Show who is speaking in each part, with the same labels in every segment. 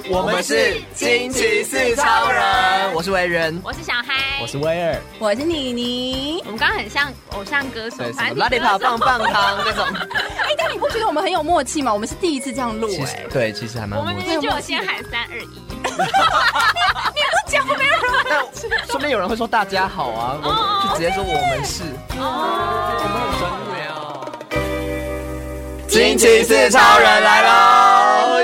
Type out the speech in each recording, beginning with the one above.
Speaker 1: 我们是惊奇四超人，我是维人，
Speaker 2: 我是小嗨，
Speaker 3: 我是威尔，
Speaker 4: 我是妮妮。
Speaker 2: 我们刚刚很像偶像歌手，
Speaker 1: 对，什么拉力跑棒棒糖那种。
Speaker 4: 但你不觉得我们很有默契吗？我们是第一次这样录
Speaker 1: 对，其实还蛮默契。
Speaker 2: 我们明明就有先喊3、2、1。
Speaker 4: 你不讲，没有人。
Speaker 1: 那说不定有人会说大家好啊，我们就直接说我们是。我们很专业哦。惊奇四超人来喽！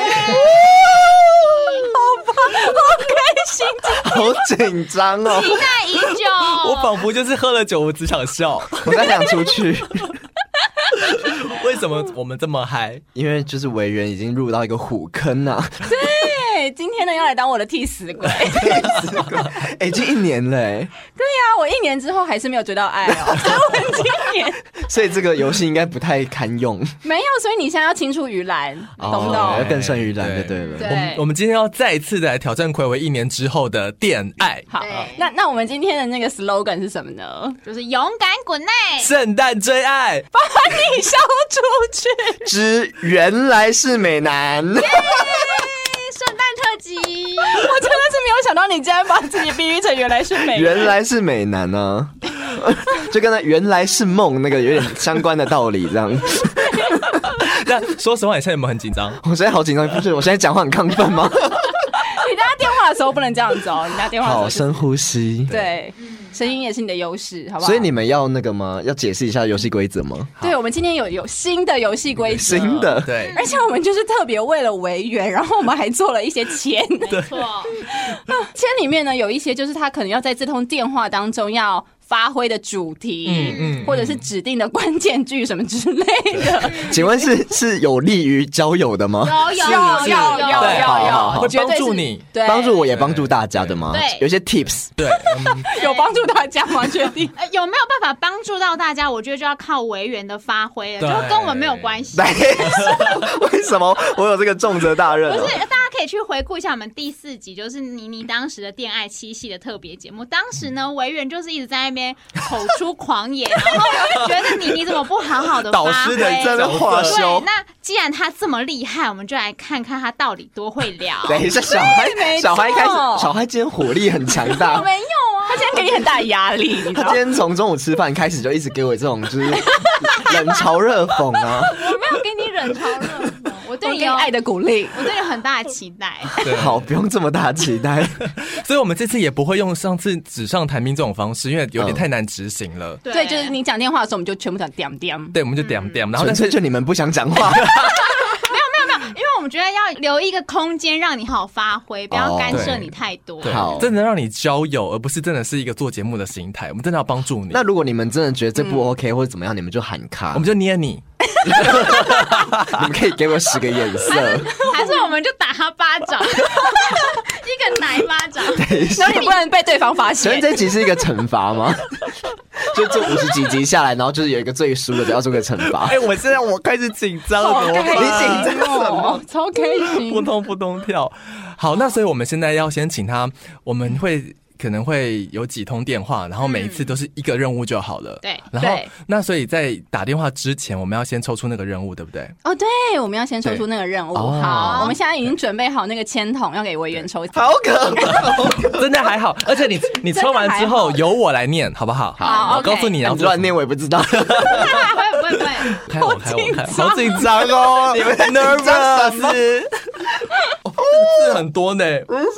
Speaker 1: 好紧张哦！
Speaker 2: 期待已久。
Speaker 3: 我仿佛就是喝了酒，我只想笑。
Speaker 1: 我在想出去。
Speaker 3: 为什么我们这么嗨？
Speaker 1: 因为就是维人已经入到一个虎坑啊。
Speaker 4: 对，今天呢要来当我的替死鬼。
Speaker 1: 已经1年了哎。
Speaker 4: 对呀，我1年之后还是没有追到爱哦。所以我们今年，
Speaker 1: 所以这个游戏应该不太堪用。
Speaker 4: 没有，所以你现在要青出于蓝，懂不懂？
Speaker 1: 要更胜于蓝就对了。
Speaker 4: 对，
Speaker 3: 我们今天要再一次的来挑战睽违1年之后的恋爱。
Speaker 4: 好，那我们今天的那个 slogan 是什么呢？
Speaker 2: 就是勇敢滚内，
Speaker 3: 圣诞追爱，
Speaker 4: 把你烧出去。
Speaker 1: 之原来是美男。
Speaker 2: 圣诞特辑。
Speaker 4: 我真的是没有想到你竟然把自己比喻成原来是美男。
Speaker 1: 原来是美男啊。就跟那原来是梦那个有点相关的道理这样。
Speaker 3: 那说实话，你现在有没有很紧张？
Speaker 1: 我现在好紧张，不是我现在讲话很亢奋吗？
Speaker 4: 你打电话的时候不能这样子哦，你打电话的时候、
Speaker 1: 好深呼吸。
Speaker 4: 对，声音也是你的优势，好不好？
Speaker 1: 所以你们要那个吗？要解释一下游戏规则吗？
Speaker 4: 对，我们今天有新的游戏规则，
Speaker 1: 新的
Speaker 3: 对，
Speaker 4: 而且我们就是特别为了维园，然后我们还做了一些签。
Speaker 2: 没错，
Speaker 4: 签里面呢有一些就是他可能要在这通电话当中要发挥的主题，或者是指定的关键句什么之类的。
Speaker 1: 请问是有利于交友的吗？
Speaker 4: 有，
Speaker 3: 会帮助你，
Speaker 4: 对，
Speaker 1: 帮助我也帮助大家的吗？
Speaker 2: 对，
Speaker 1: 有些 tips，
Speaker 3: 对，
Speaker 4: 有帮助大家吗？确定？
Speaker 2: 有没有办法帮助到大家？我觉得就要靠维园的发挥了，就跟我们没有关系。
Speaker 1: 为什么我有这个重责大任？
Speaker 2: 不是，大家可以去回顾一下我们第4集，就是妮妮当时的恋爱七夕的特别节目。当时呢，维园就是一直在那边口出狂言，然后觉得妮怎么不好好的发挥，
Speaker 3: 导师的
Speaker 1: 在那话
Speaker 2: 对，
Speaker 1: 修。
Speaker 2: 那既然他这么厉害，我们就来看看他到底多会聊。
Speaker 1: 等一下，小孩小孩今天火力很强大。
Speaker 4: 我没有啊，他今天给你很大的压力，你知道吗？
Speaker 1: 他今天从中午吃饭开始就一直给我这种就是冷嘲热讽啊。
Speaker 2: 我没有给你冷嘲热讽，我对你有
Speaker 4: 爱的鼓励，
Speaker 2: 我对你有很大的期待。
Speaker 1: 好，不用这么大期待。
Speaker 3: 所以我们这次也不会用上次纸上谈兵这种方式，因为有点太难执行了。
Speaker 4: 对，就是你讲电话的时候，我们就全部讲点点。
Speaker 3: 对，我们就点点，然后
Speaker 1: 纯粹就你们不想讲话。
Speaker 2: 因为我们觉得要留一个空间让你好发挥，不要干涉你太多。
Speaker 1: 好，
Speaker 3: 真的让你交友，而不是真的是一个做节目的心态。我们真的要帮助你。
Speaker 1: 那如果你们真的觉得这不 OK 或者怎么样，你们就喊卡，
Speaker 3: 我们就捏你。
Speaker 1: 你们可以给我10个眼色，
Speaker 2: 还是我们就打他巴掌，一个奶巴掌，
Speaker 4: 然后你不能被对方发现。
Speaker 1: 所以这集是一个惩罚吗？就做50几集下来，然后就是有一个最输的就要做个惩罚。
Speaker 3: 我现在开始紧张了，怎么办？
Speaker 1: 你紧张什么？
Speaker 4: 超开心，
Speaker 3: 扑通跳。好，那所以我们现在要先请他，我们可能会有几通电话，然后每一次都是一个任务就好了。
Speaker 2: 对，
Speaker 3: 然后那所以在打电话之前，我们要先抽出那个任务，对不对？
Speaker 4: 哦，对，我们要先抽出那个任务。好，我们现在已经准备好那个签筒，要给维园抽。
Speaker 1: 好可怕，
Speaker 3: 真的还好，而且你抽完之后由我来念，好不好？
Speaker 4: 好，
Speaker 3: 我告诉你，
Speaker 1: 你乱念我也不知道。
Speaker 2: 不会，
Speaker 3: 开我，好紧张哦，你们 nervous。这个字很多呢，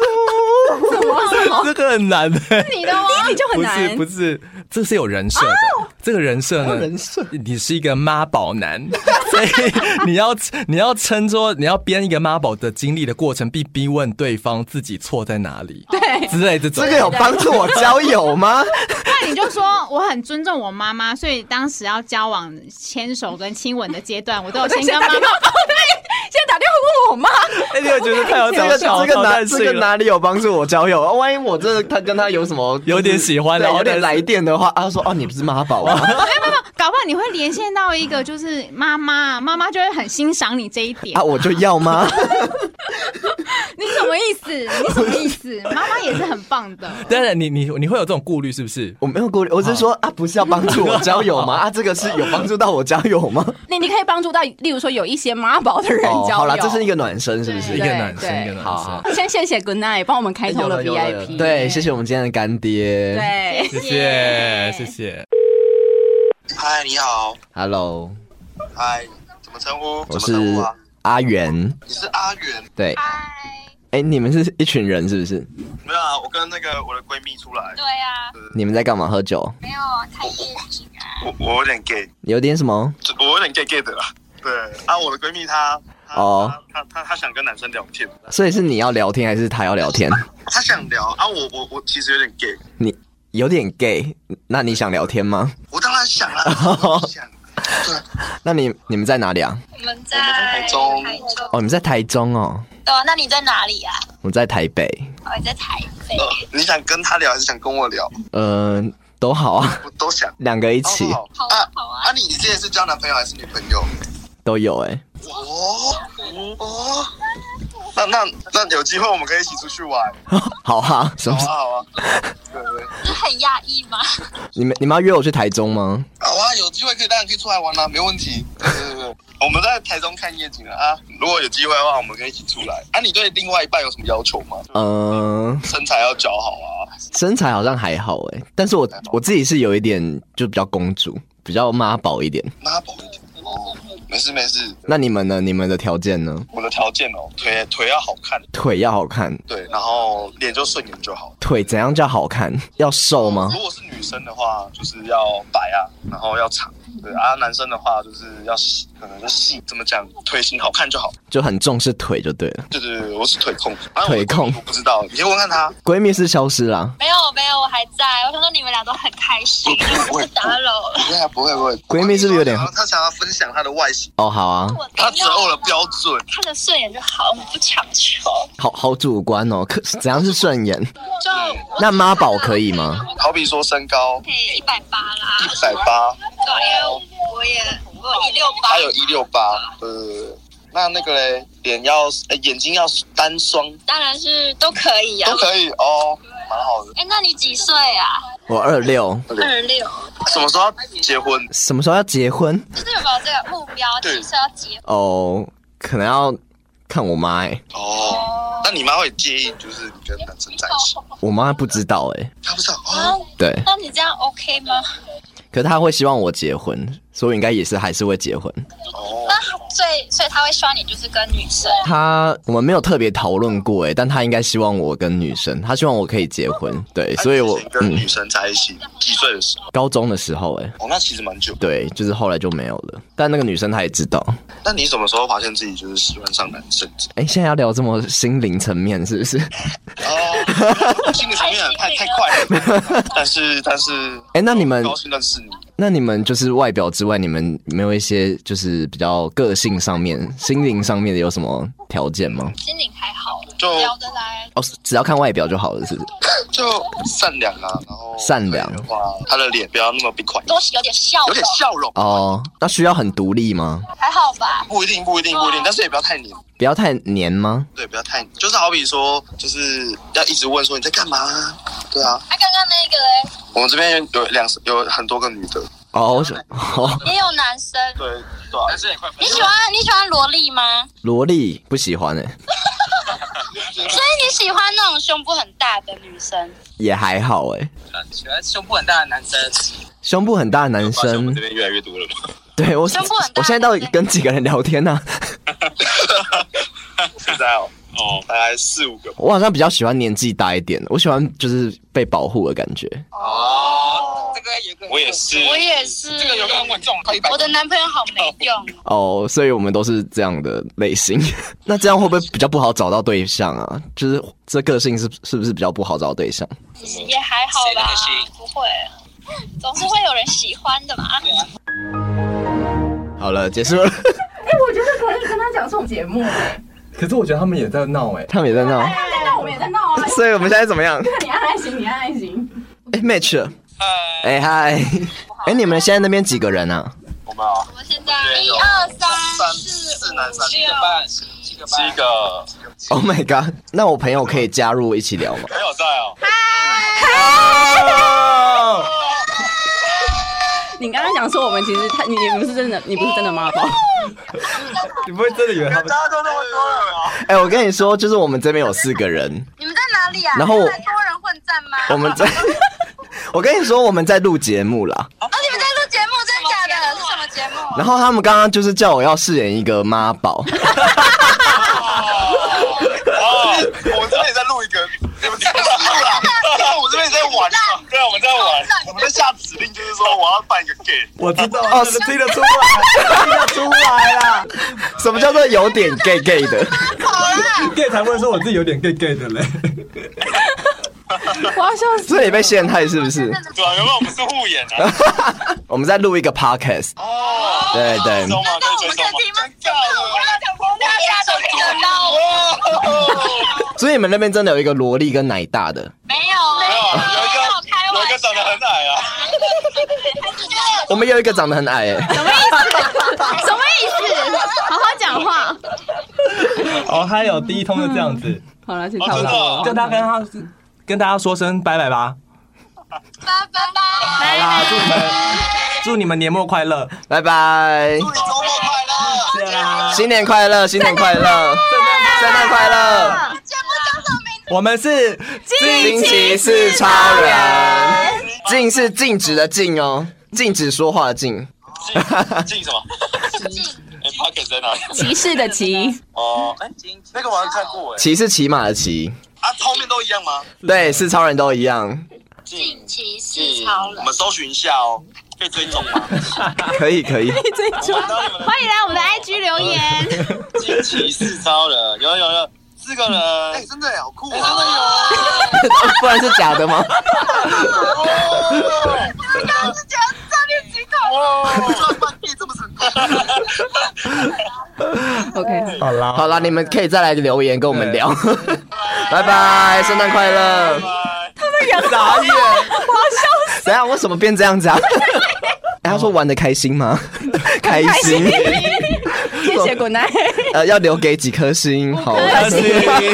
Speaker 3: 这个很难的。
Speaker 4: 你的吗？第一题就很难。
Speaker 3: 不是，这是有人设的。这个人设呢，你是一个妈宝男，所以你要称作你要编一个妈宝的经历的过程，并逼问对方自己错在哪里，
Speaker 4: 对
Speaker 3: 之类这种。
Speaker 1: 这个有帮助我交友吗？
Speaker 2: 那你就说我很尊重我妈妈，所以当时要交往牵手跟亲吻的阶段，我都有先跟妈妈。
Speaker 4: 现在打电话问我妈，
Speaker 3: 你有觉得太有搞笑？
Speaker 1: 这个哪里有帮助我交友？万一我真的他跟他有什么
Speaker 3: 有点喜欢的，
Speaker 1: 有点来电的话，他说哦，你不是妈宝吗？
Speaker 2: 没有，搞不好你会连线到一个就是妈妈就会很欣赏你这一点
Speaker 1: 啊，我就要吗？
Speaker 2: 你怎么意思？你什么意思？妈妈也是很棒的。
Speaker 3: 当然，你会有这种顾虑是不是？
Speaker 1: 我没有顾虑，我是说啊，不是要帮助我交友吗？啊，这个是有帮助到我交友吗？
Speaker 4: 你可以帮助到，例如说有一些妈宝的人交友。
Speaker 1: 好啦，这是一个暖身，是不是？
Speaker 3: 一个暖身。
Speaker 1: 好，
Speaker 4: 先谢谢 Good Night 帮我们开通了 VIP。
Speaker 1: 对，谢谢我们今天的干爹。
Speaker 4: 对，
Speaker 3: 谢谢。
Speaker 5: 嗨，你好。
Speaker 1: Hello。
Speaker 5: 嗨，怎么称呼？
Speaker 1: 我是阿元。
Speaker 5: 你是阿元？
Speaker 1: 对。哎，你们是一群人是不是？
Speaker 5: 没有啊，我跟那个我的闺蜜出来。
Speaker 2: 对啊。
Speaker 1: 你们在干嘛？喝酒？
Speaker 2: 没有啊，看夜景啊。
Speaker 5: 我有点 gay。
Speaker 1: 有点什么？
Speaker 5: 我有点 gay 的啦。对啊，我的闺蜜她想跟男生聊天。
Speaker 1: 所以是你要聊天还是她要聊天？
Speaker 5: 她想聊啊，我其实有点 gay。
Speaker 1: 你有点 gay， 那你想聊天吗？
Speaker 5: 我当然想啦。想。对。
Speaker 1: 那你们在哪里啊？
Speaker 2: 我们在
Speaker 5: 台中。
Speaker 1: 哦，你们在台中哦。
Speaker 2: 对啊，那你在哪里啊？
Speaker 1: 我在台北。
Speaker 2: 哦，你在台北。
Speaker 5: 你想跟他聊还是想跟我聊？
Speaker 1: 都好啊。
Speaker 5: 我都想。
Speaker 1: 两个一起。
Speaker 2: 好啊。
Speaker 5: 你之前是交男朋友还是女朋友？
Speaker 1: 都有哎。
Speaker 5: 那有机会我们可以一起出去玩。
Speaker 1: 好啊，什么？
Speaker 5: 好啊。对。
Speaker 2: 你很讶异吗？
Speaker 1: 你们要约我去台中吗？
Speaker 5: 好啊，有机会当然可以出来玩啦，没问题。对，我们在台中看夜景啊。如果有机会的话，我们可以一起出来。啊，你对另外一半有什么要求吗？身材要姣好啊。
Speaker 1: 身材好像还好哎，但是我自己是有一点就比较公主，比较妈宝一点。
Speaker 5: 妈宝一点。哦，没事。
Speaker 1: 那你们呢？你们的条件呢？
Speaker 5: 我的条件哦，腿要好看。
Speaker 1: 腿要好看。
Speaker 5: 对，然后脸就顺眼就好。
Speaker 1: 腿怎样叫好看？要瘦吗？
Speaker 5: 如果是女生的话，就是要白啊，然后要长。对啊，男生的话就是要细，可能就细。怎么讲？腿型好看就好。就
Speaker 1: 很重视腿就对了。
Speaker 5: 对，我是腿控。
Speaker 1: 腿控，
Speaker 5: 我不知道，你可以问看他。
Speaker 1: 闺蜜是消失啦。
Speaker 2: 没有，我还在。我想说你们俩都很开心，不打扰了。
Speaker 5: 不会。
Speaker 1: 闺蜜是不是有点？
Speaker 5: 她想要分享她的外形。
Speaker 1: 哦，好啊。
Speaker 5: 她择偶的标准，
Speaker 2: 看着顺眼就好，我们不强求。
Speaker 1: 好主观哦，怎样是顺眼？
Speaker 2: 就
Speaker 1: 那妈宝可以吗？
Speaker 5: 好比说身高，
Speaker 2: 可以180啦。
Speaker 5: 180。
Speaker 2: 对，因为我168。
Speaker 5: 他有168。那个嘞，眼睛要单双，
Speaker 2: 当然是都可以啊。
Speaker 5: 都可以哦，蛮好的。
Speaker 2: 那你几岁啊？
Speaker 1: 我26。
Speaker 5: 什么时候要结婚？
Speaker 1: 什么时候要结婚？
Speaker 2: 就是有没有这个目标？几岁要结婚？
Speaker 1: 哦，可能要看我妈哎。
Speaker 5: 哦，那你妈会介意就是你跟男生在一起？
Speaker 1: 我妈不知道哎。
Speaker 5: 她不知道哦。
Speaker 1: 对。
Speaker 2: 那你这样 OK 吗？
Speaker 1: 可是她会希望我结婚，所以我应该还是会结婚。
Speaker 2: 哦。那所以他会希望你就是跟女生。
Speaker 1: 我们没有特别讨论过哎，但他应该希望我跟女生，他希望我可以结婚。对，所以我
Speaker 5: 跟女生在一起几岁的时候？
Speaker 1: 高中的时候哎。
Speaker 5: 哦，那其实蛮久。
Speaker 1: 对，就是后来就没有了。但那个女生她也知道。
Speaker 5: 那你什么时候发现自己就是喜欢上男生？
Speaker 1: 哎，现在要聊这么心灵层面是不是？
Speaker 5: 哦，心灵层面太快了。但是，
Speaker 1: 哎，那你们
Speaker 5: 高兴认识你。
Speaker 1: 那你们就是外表之外，你们没有一些就是比较个性上面、心灵上面的有什么条件吗？
Speaker 2: 心灵还好，
Speaker 5: 就
Speaker 2: 聊得来。
Speaker 1: 哦，只要看外表就好了，是不是？
Speaker 5: 就善良啊，然后
Speaker 1: 善良
Speaker 5: 的话，他的脸不要那么冰块，
Speaker 2: 多有点笑容。
Speaker 1: 哦，那需要很独立吗？
Speaker 2: 还好吧。
Speaker 5: 不一定，但是也不要太黏。
Speaker 1: 不要太黏吗？
Speaker 5: 对，不要太黏，就是好比说，就是要一直问说你在干嘛？对啊。
Speaker 2: 刚刚那个嘞？
Speaker 5: 我们这边有很多个女的。
Speaker 1: 哦，
Speaker 2: 也有男生。
Speaker 5: 对，但是也快分。
Speaker 2: 你喜欢萝莉吗？
Speaker 1: 萝莉不喜欢哎。
Speaker 2: 所以你喜欢那种胸部很大的女生？
Speaker 1: 也还好哎。
Speaker 6: 喜欢胸部很大的男生。
Speaker 1: 胸部很大的男生，
Speaker 5: 我们这边越来越多了吗？
Speaker 1: 对，我现在到底跟几个人聊天呢？
Speaker 5: 现在大概4-5个。
Speaker 1: 我好像比较喜欢年纪大一点的，我喜欢就是被保护的感觉。
Speaker 6: 哦，这个有个
Speaker 5: 我也是。
Speaker 6: 这个有个很稳重，
Speaker 2: 我的男朋友好没用。
Speaker 1: 哦，所以我们都是这样的类型。那这样会不会比较不好找到对象啊？就是这个性是不是比较不好找对象？
Speaker 2: 其实也还好啦，不会，总是会有人喜欢的嘛。
Speaker 1: 好了，结束了。
Speaker 4: 我觉得可以跟他讲这种节目。
Speaker 3: 可是我觉得他们也在闹哎，
Speaker 1: 他们也在闹，
Speaker 4: 我们也在闹啊。
Speaker 1: 所以我们现在怎么样？
Speaker 4: 你按爱心。
Speaker 1: 哎 ，match 了。哎嗨，哎，你们现在那边几个人啊？
Speaker 5: 我们现
Speaker 2: 在1、2、3、4、5、6、7、
Speaker 5: 7个。
Speaker 7: Oh my god！ 那我朋友可以加入一起聊吗？
Speaker 5: 朋友在哦。
Speaker 4: 你刚刚讲说我们其实你不是真的，你不是真的妈宝。
Speaker 3: 你不会真的以为他们？
Speaker 5: 大家都那么多人啊！
Speaker 7: 哎，我跟你说，就是我们这边有4个人。
Speaker 8: 你们在哪里啊？
Speaker 7: 然后
Speaker 8: 多人混战吗？
Speaker 7: 我们在，我跟你说我们在录节目啦。
Speaker 8: 哦，你们在录节目，真的假的？是什么节目？
Speaker 7: 然后他们刚刚就是叫我要饰演一个妈宝。
Speaker 5: 我们这边也在录一个，你们在录啦？我们这边也在玩啊。对啊，我们在玩，我们在下指令，就是说我要扮一个 gay。
Speaker 3: 我知道，
Speaker 7: 哦，是听得出来，听得出来啦。什么叫做有点 gay 的？
Speaker 3: gay 才会说我自己有点 gay 的嘞。
Speaker 4: 我要笑死！
Speaker 7: 所以你被陷害是不是？
Speaker 5: 对啊，原本我们是互演啊。
Speaker 7: 我们在录一个 podcast。
Speaker 5: 哦，
Speaker 7: 对对。
Speaker 5: 追踪吗？可以追踪吗？
Speaker 7: 所以你们那边真的有一个萝莉跟奶大的？
Speaker 8: 没有，
Speaker 5: 有一个长得很矮啊。
Speaker 7: 我们有一个长得很矮哎。
Speaker 2: 什么意思？什么意思？好好讲话。
Speaker 3: 哦，还有第一通就这样子。
Speaker 4: 好了，请差不多。
Speaker 3: 跟大家说声拜拜吧。
Speaker 8: 拜拜。
Speaker 3: 好啦，祝你们年末快乐，
Speaker 7: 拜拜。
Speaker 5: 祝你周末快乐！
Speaker 3: 谢啦，
Speaker 7: 新年快乐，新年快乐，圣诞快乐！
Speaker 8: 节目叫什么名字？
Speaker 3: 我们是
Speaker 7: 惊奇四超人，禁是禁止的禁哦，禁止说话的禁。
Speaker 5: 进什么？
Speaker 8: 进。
Speaker 5: Pocket 在哪里？
Speaker 4: 骑士的骑。
Speaker 5: 哦，那个我好像看过哎。
Speaker 7: 骑是骑马的骑。
Speaker 5: 啊，后面都一样吗？
Speaker 7: 对，四超人都一样。
Speaker 8: 近期是超人。
Speaker 5: 我们搜寻一下哦，可以追踪吗？
Speaker 7: 可以。
Speaker 4: 追踪。
Speaker 2: 欢迎来我们的 IG 留言。
Speaker 5: 近期是超人，有4个人。哎，真的好酷啊！真的有。
Speaker 7: 不然是假的吗？
Speaker 8: 刚刚是假的诈骗集团。
Speaker 5: 哇，赚半币这么成功。
Speaker 4: OK，
Speaker 7: 好啦，你们可以再来留言跟我们聊。拜拜，圣诞快乐！
Speaker 4: 他们两个
Speaker 3: 傻眼，
Speaker 4: 我要笑死！
Speaker 7: 怎样？为什么变这样子啊？他说玩得开心吗？开心。
Speaker 4: 谢谢滚奶。
Speaker 7: 要留给几颗星？好
Speaker 3: 开心。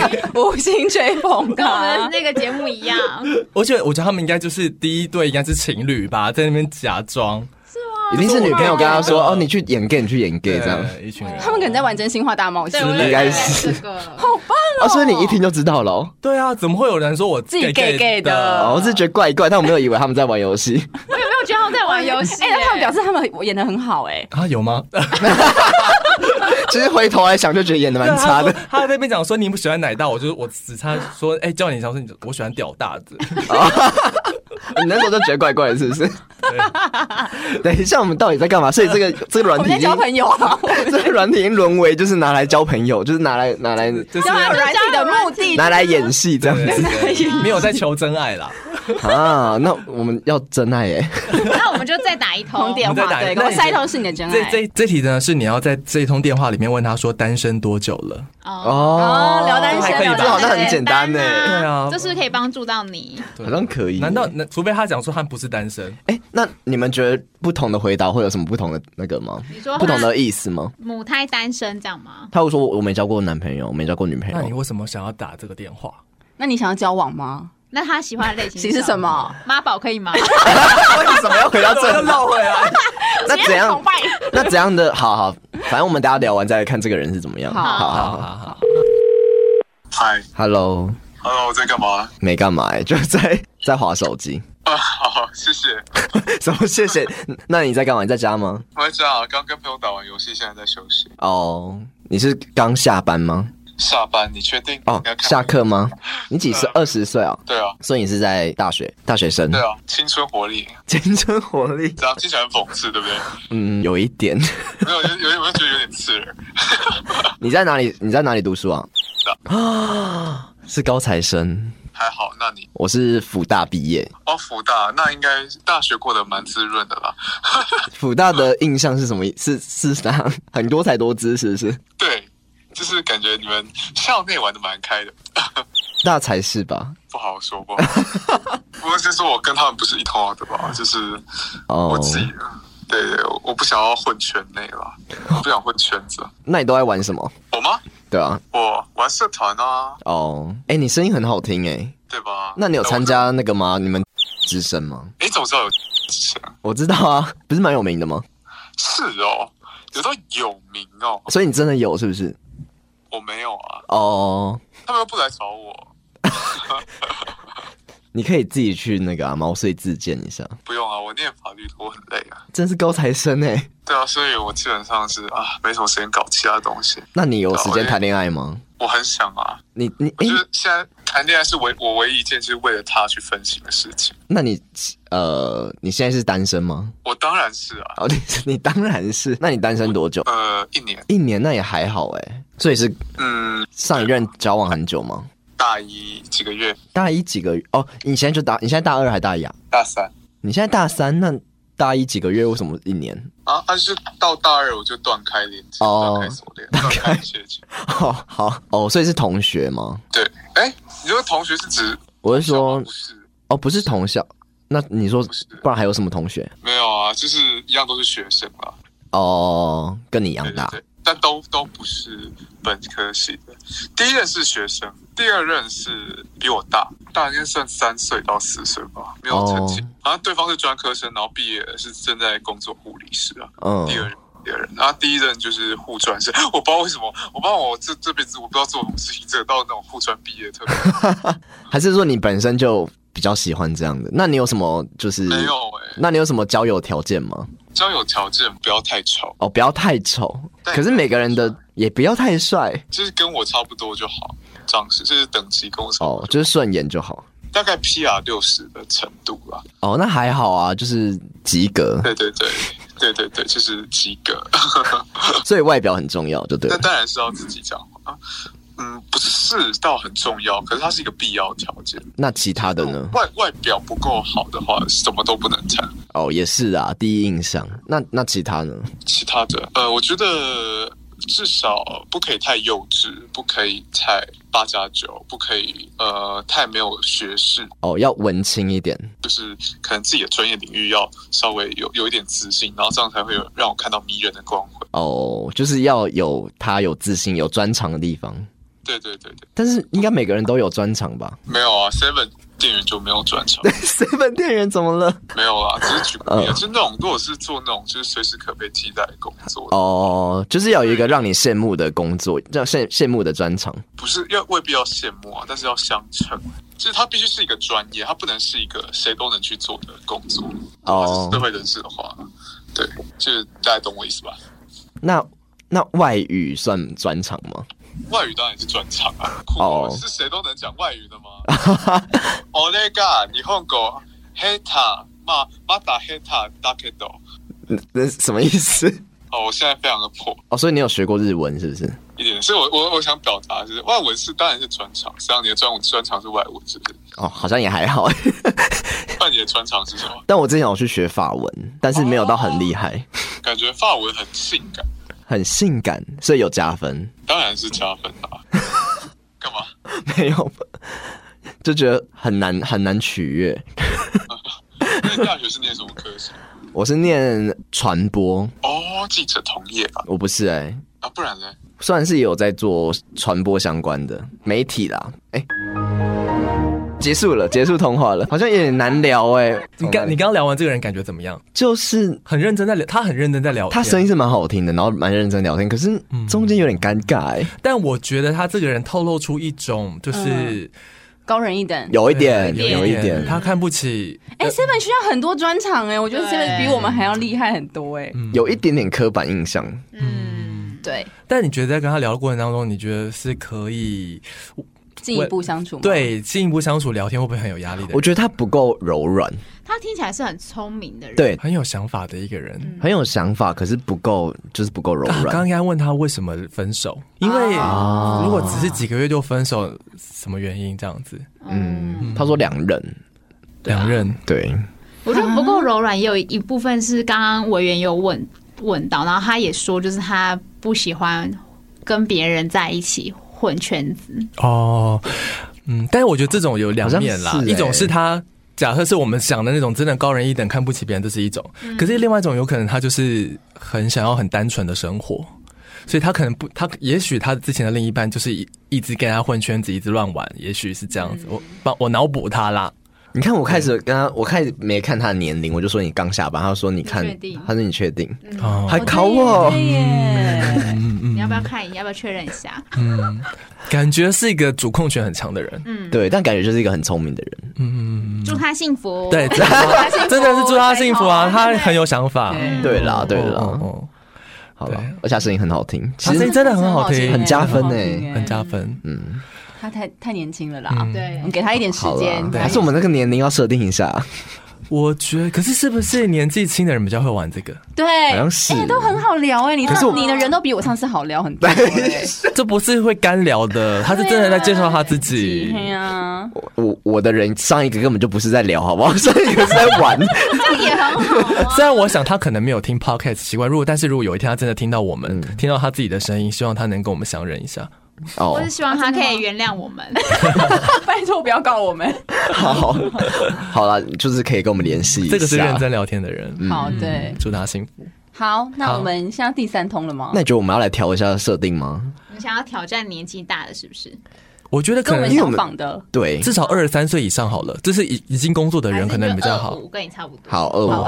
Speaker 4: 5星吹捧
Speaker 2: 跟我们
Speaker 4: 他。
Speaker 2: 那个节目一样。
Speaker 3: 我觉得他们应该就是第一对，应该是情侣吧，在那边假装。
Speaker 7: 一定是女朋友跟他说：“哦，你去演 gay， 你去演 gay 这样。”
Speaker 3: 一群人，
Speaker 4: 他们可能在玩真心话大冒险，
Speaker 7: 应该是。
Speaker 2: 好棒
Speaker 7: 哦！所以你一听就知道了哦。
Speaker 3: 对啊，怎么会有人说我
Speaker 4: 自己 gay 的？
Speaker 7: 哦，我是觉得怪怪，但我没有以为他们在玩游戏。
Speaker 2: 我有没有觉得他们在玩游戏？
Speaker 4: 但他们表示他们演得很好哎。
Speaker 3: 啊，有吗？
Speaker 7: 其实回头来想，就觉得演得蛮差的。
Speaker 3: 他在那边讲说你不喜欢奶大，我只差说叫你想说我喜欢屌大子。
Speaker 7: 你那时候就觉得怪怪的，是不是？等一下，我们到底在干嘛？所以这个软体已经
Speaker 4: 交朋友啊，
Speaker 7: 这个软体已经沦为就是拿来交朋友，就是拿来
Speaker 3: 就是
Speaker 4: 交友软体的目的，
Speaker 7: 拿来演戏这样子，
Speaker 3: 没有在求真爱啦。
Speaker 7: 啊，那我们要真爱耶。
Speaker 2: 那我们就再打一通
Speaker 4: 电话，对，我下一通是你的真爱。
Speaker 3: 这题呢是你要在这一通电话里面问他说单身多久了？
Speaker 7: 哦，
Speaker 4: 聊单身，
Speaker 7: 这好像很简单呢。
Speaker 3: 对啊，
Speaker 2: 这是不是可以帮助到你？
Speaker 7: 好像可以。
Speaker 3: 难道除非他讲说他不是单身？
Speaker 7: 那你们觉得不同的回答会有什么不同的那个吗？
Speaker 2: 你说
Speaker 7: 不同的意思吗？
Speaker 2: 母胎单身这样吗？
Speaker 7: 他会说我没交过男朋友，没交过女朋友。
Speaker 3: 那你为什么想要打这个电话？
Speaker 4: 那你想要交往吗？
Speaker 2: 那他喜欢的类型
Speaker 4: 是什么？
Speaker 2: 妈宝可以吗？
Speaker 7: 为什么要回到这？
Speaker 3: 绕回来。
Speaker 7: 那怎样？那怎样的？好，反正我们等一下聊完再来看这个人是怎么样。
Speaker 3: 好。
Speaker 5: 嗨
Speaker 7: ，Hello，
Speaker 5: 在干嘛？
Speaker 7: 没干嘛，就在滑手机。
Speaker 5: 好，谢谢。
Speaker 7: 什么谢谢？那你在干嘛？你在家吗？
Speaker 5: 我在家，刚跟朋友打完游戏，现在在休息。
Speaker 7: 哦，你是刚下班吗？
Speaker 5: 下班，你确定？
Speaker 7: 哦，下课吗？你几岁？20岁啊？
Speaker 5: 对啊。
Speaker 7: 所以你是在大学生？
Speaker 5: 对啊，青春活力。
Speaker 7: 青春活力，
Speaker 5: 这样听起来很讽刺，对不对？
Speaker 7: 有一点。
Speaker 5: 没有，我就觉得有点刺耳。
Speaker 7: 你在哪里？你在哪里读书啊？是高材生。
Speaker 5: 还好，那你？
Speaker 7: 我是辅大毕业。
Speaker 5: 哦，辅大，那应该大学过得蛮滋润的啦。
Speaker 7: 辅大的印象是什么？是啥？很多才多姿，是不是？
Speaker 5: 对，就是感觉你们校内玩得蛮开的。
Speaker 7: 那才是吧？
Speaker 5: 不好说吧。不过就是我跟他们不是一头的吧？就是我自己。对，我不想要混圈内了，我不想混圈子。
Speaker 7: 那你都在玩什么？
Speaker 5: 我吗？
Speaker 7: 对啊，
Speaker 9: 我玩社团啊。
Speaker 7: 哦，你声音很好听
Speaker 9: 对吧？
Speaker 7: 那你有参加那个吗？你们之声吗？
Speaker 9: 你怎么知道有之声？
Speaker 7: 我知道啊，不是蛮有名的吗？
Speaker 9: 是哦，有到有名哦。
Speaker 7: 所以你真的有是不是？
Speaker 9: 我没有啊。
Speaker 7: 哦，
Speaker 9: 他们又不来找我。
Speaker 7: 你可以自己去那个毛遂自荐一下。
Speaker 9: 不用啊，我念法律我很累啊。
Speaker 7: 真是高材生对
Speaker 9: 啊，所以我基本上是没什么时间搞其他东西。
Speaker 7: 那你有时间谈恋爱吗？
Speaker 9: 我很想啊。我觉得现在谈恋爱是我唯一一件就是为了他去分心的事情。
Speaker 7: 那你现在是单身吗？
Speaker 9: 我当然是啊。
Speaker 7: 哦，你当然是。那你单身多久
Speaker 9: ？1年。
Speaker 7: 1年那也还好所以是上一任交往很久吗？
Speaker 9: 大一几个月。
Speaker 7: 大一几个月哦？你现在大2还大1啊？
Speaker 9: 大3。你
Speaker 7: 现在大3，那大一几个月？为什么1年？
Speaker 9: 就是到大2我就断开连接，断开锁链，断开一切。
Speaker 7: 好所以是同学吗？
Speaker 9: 对，你说同学是指？
Speaker 7: 我是说，不是同校。那你说，不然还有什么同学？
Speaker 9: 没有啊，就是一样都是学生啦。
Speaker 7: 跟你一样大。
Speaker 9: 对，但都不是本科系的。第一任是学生，第二任是比我大应该算3岁到4岁吧，没有澄清。然后对方是专科生，然后毕业是正在工作护理师啊。第二任，然后第一任就是护专生。我不知道为什么，我这辈子我不知道做什么事情，这个到那种护专毕业特别。
Speaker 7: 还是说你本身就比较喜欢这样的？那你有什么就是
Speaker 9: 没有
Speaker 7: 那你有什么交友条件吗？
Speaker 9: 交友条件不要太丑
Speaker 7: 不要太丑。可是每个人的也不要太帅，
Speaker 9: 就是跟我差不多就好，长势就是等级跟我差不多
Speaker 7: 就是顺眼就好，
Speaker 9: 大概 PR60的程度啦。
Speaker 7: 那还好啊，就是及格。
Speaker 9: 对，就是及格。
Speaker 7: 所以外表很重要，就对了。
Speaker 9: 那当然是要自己讲话。不是到很重要，可是它是一个必要条件。
Speaker 7: 那其他的呢？
Speaker 9: 外表不够好的话，什么都不能谈。
Speaker 7: 也是啊，第一印象。那其他呢？
Speaker 9: 其他的，我觉得至少不可以太幼稚，不可以太8+9，不可以太没有学识。
Speaker 7: 要文青一点，
Speaker 9: 就是可能自己的专业领域要稍微有一点自信，然后这样才会让我看到迷人的光辉。
Speaker 7: 就是要有他有自信、有专长的地方。
Speaker 9: 对。
Speaker 7: 但是应该每个人都有专长吧？
Speaker 9: 没有啊 ，7 店员就没有专长。
Speaker 7: 7店员怎么了？
Speaker 9: 没有啦，只是举个例，就是那种如果是做那种就是随时可被替代的工作。
Speaker 7: 就是要有一个让你羡慕的工作，叫羡慕的专长。
Speaker 9: 不是未必要羡慕啊，但是要相称。就是它必须是一个专业，它不能是一个谁都能去做的工作。是社会人士的话，对，就是大家懂我意思吧？
Speaker 7: 那外语算专长吗？
Speaker 9: 外语当然是专长啊，是谁都能讲外语的吗？我那个日本語下手まだ下手だけど，
Speaker 7: 那什么意思？
Speaker 9: 我现在非常的破。
Speaker 7: 所以你有学过日文是不是？
Speaker 9: 一点，所以我想表达就是外文当然是专长，实际上你的专长是外文，是不是？
Speaker 7: 好像也还好。
Speaker 9: 那你的专长是什么？
Speaker 7: 但我之前有去学法文，但是没有到很厉害。
Speaker 9: 感觉法文很性感。
Speaker 7: 很性感，所以有加分。
Speaker 9: 当然是加分啦。干嘛？
Speaker 7: 没有，就觉得很难取悦。
Speaker 9: 那你大学是念什么科系？
Speaker 7: 我是念传播。
Speaker 9: 记者同业吧？
Speaker 7: 我不是
Speaker 9: 不然呢？
Speaker 7: 虽然是也有在做传播相关的媒体啦。结束通话了，好像有点难聊
Speaker 3: 你刚刚聊完这个人感觉怎么样？
Speaker 7: 就是
Speaker 3: 很认真在聊，他很认真在聊天，
Speaker 7: 他声音是蛮好听的，然后蛮认真聊天，可是中间有点尴尬
Speaker 3: 但我觉得他这个人透露出一种就是
Speaker 4: 高人一等，
Speaker 7: 有一点，
Speaker 3: 他看不起。
Speaker 4: 7需要很多专长我觉得7比我们还要厉害很多
Speaker 7: 有一点点刻板印象。
Speaker 4: 对。
Speaker 3: 但你觉得在跟他聊的过程当中，你觉得是可以
Speaker 4: 进一步相处吗？
Speaker 3: 对，进一步相处聊天会不会很有压力的人？
Speaker 7: 我觉得他不够柔软，
Speaker 2: 他听起来是很聪明的人，
Speaker 7: 对，
Speaker 3: 很有想法的一个人，
Speaker 7: 很有想法，可是不够柔软。
Speaker 3: 刚刚应该问他为什么分手，因为如果只是几个月就分手，什么原因这样子？
Speaker 7: 他说2任，对。
Speaker 2: 我觉得不够柔软，也有一部分是刚刚委员有问到，然后他也说，就是他不喜欢跟别人在一起混圈子。
Speaker 3: 但是我觉得这种有两面啦，一种是他假设是我们想的那种真的高人一等看不起别人，这是一种，可是另外一种有可能他就是很想要很单纯的生活， 所以他可能不，也许他之前的另一半就是一直跟他混圈子，一直乱玩，也许是这样子。我脑补他啦。
Speaker 7: 你看，我开始没看他的年龄，我就说你刚下班，他说你看，他说你确定，还考我。
Speaker 2: 你要不要看？你要不要确认一下？
Speaker 3: 感觉是一个主控权很强的人，
Speaker 7: 对，但感觉就是一个很聪明的人。
Speaker 2: 祝他幸福。
Speaker 3: 对，真的是祝他幸福啊！他很有想法。
Speaker 7: 对啦，好了，而且他声音很好听，
Speaker 3: 其实声音真的很好听，
Speaker 7: 很加分欸，
Speaker 3: 很加分。
Speaker 4: 他太年轻了啦，对，我们给他一点时间。
Speaker 7: 还是我们那个年龄要设定一下。
Speaker 3: 我觉得，可是不是年纪轻的人比较会玩这个？
Speaker 4: 对，
Speaker 7: 好像是，
Speaker 4: 都很好聊哎。你的人都比我上次好聊很多。
Speaker 3: 这不是会干聊的，他是真的在介绍他自己。
Speaker 4: 对呀，
Speaker 7: 我的人上一个根本就不是在聊，好不好？上一个是在玩，
Speaker 2: 这也很好。
Speaker 3: 虽然我想他可能没有听 podcast 习惯，但是如果有一天他真的听到我们，听到他自己的声音，希望他能跟我们相认一下。
Speaker 2: 我是希望他可以原谅我们，
Speaker 4: 拜托不要告我们。
Speaker 7: 好啦，就是可以跟我们联系一下。
Speaker 3: 这个是认真聊天的人。
Speaker 4: 好，对，
Speaker 3: 祝他幸福。
Speaker 4: 好，那我们现在第3通了吗？
Speaker 7: 那你觉得我们要来调一下设定吗？
Speaker 2: 你想要挑战年纪大的，是不是？
Speaker 3: 我觉得可能
Speaker 4: 跟我们相仿的，
Speaker 7: 对，
Speaker 3: 至少23岁以上好了，这是已经工作的人可能比较好。
Speaker 2: 25跟你差不多。
Speaker 7: 好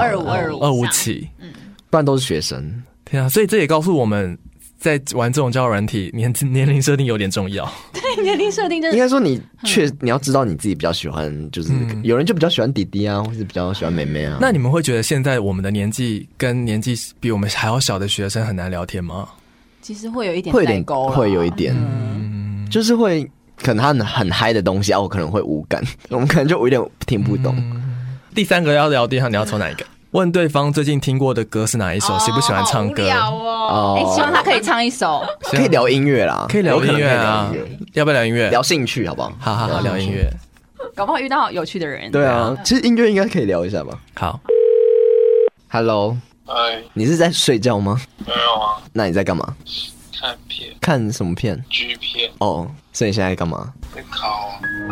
Speaker 3: ，25起，
Speaker 7: 不然都是学生。
Speaker 3: 天啊，所以这也告诉我们，在玩这种交友软体，年龄设定有点重要。
Speaker 4: 对，年龄设定真的
Speaker 7: 应该说你要知道你自己比较喜欢，就是有人就比较喜欢弟弟啊，或是比较喜欢妹妹啊。
Speaker 3: 那你们会觉得现在我们的年纪跟年纪比我们还要小的学生很难聊天吗？
Speaker 4: 其实会有一点代沟，
Speaker 7: 会有一点，就是会可能他很嗨的东西啊，我可能会无感，我们可能就有一点听不懂。
Speaker 3: 第3个要聊天，你要抽哪一个？问对方最近听过的歌是哪一首，喜不喜欢唱歌？
Speaker 4: 希望他可以唱一首。
Speaker 7: 可以聊音乐啦，
Speaker 3: 可以聊音乐啊，要不要聊音乐？
Speaker 7: 聊兴趣好不好？
Speaker 3: 好，聊音乐。
Speaker 4: 搞不好遇到有趣的人。
Speaker 7: 对啊，其实音乐应该可以聊一下吧。
Speaker 3: 好
Speaker 7: ，Hello， 你是在睡觉吗？
Speaker 6: 没有啊。
Speaker 7: 那你在干嘛？
Speaker 6: 看片。
Speaker 7: 看什么片
Speaker 6: ？G 片。
Speaker 7: 哦，所以你现在在干嘛？
Speaker 6: 在考。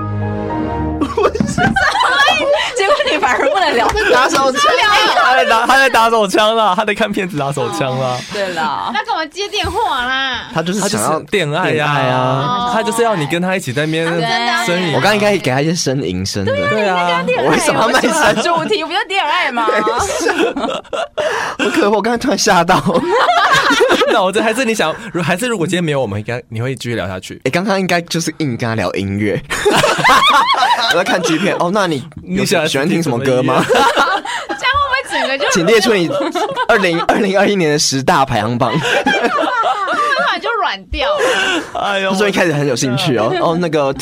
Speaker 4: 结果你反而不能聊，
Speaker 7: 打手枪，
Speaker 3: 他在打手枪啦，他在看片子打手枪啦。
Speaker 4: 对啦，
Speaker 2: 那干嘛接电话啦？
Speaker 7: 他就是想要
Speaker 3: 恋爱呀，他就是要你跟他一起在那边呻吟。
Speaker 7: 我刚刚应该给他一些呻吟声的，
Speaker 3: 对啊，
Speaker 7: 我为什么要卖身？
Speaker 4: 主题不就恋爱吗？
Speaker 7: 我可我刚才突然吓到。
Speaker 3: 那我这还是你想，还是如果今天没有我们，你会继续聊下去？
Speaker 7: 刚刚应该就是硬跟他聊音乐。我在看 G 片哦，那你喜欢听什么歌吗？
Speaker 2: 这样会不会整个就？
Speaker 7: 请列出你2021年的10大排行榜。
Speaker 2: 突然就软掉了。
Speaker 3: 哎呦，
Speaker 7: 他说一开始很有兴趣哦。哦，那个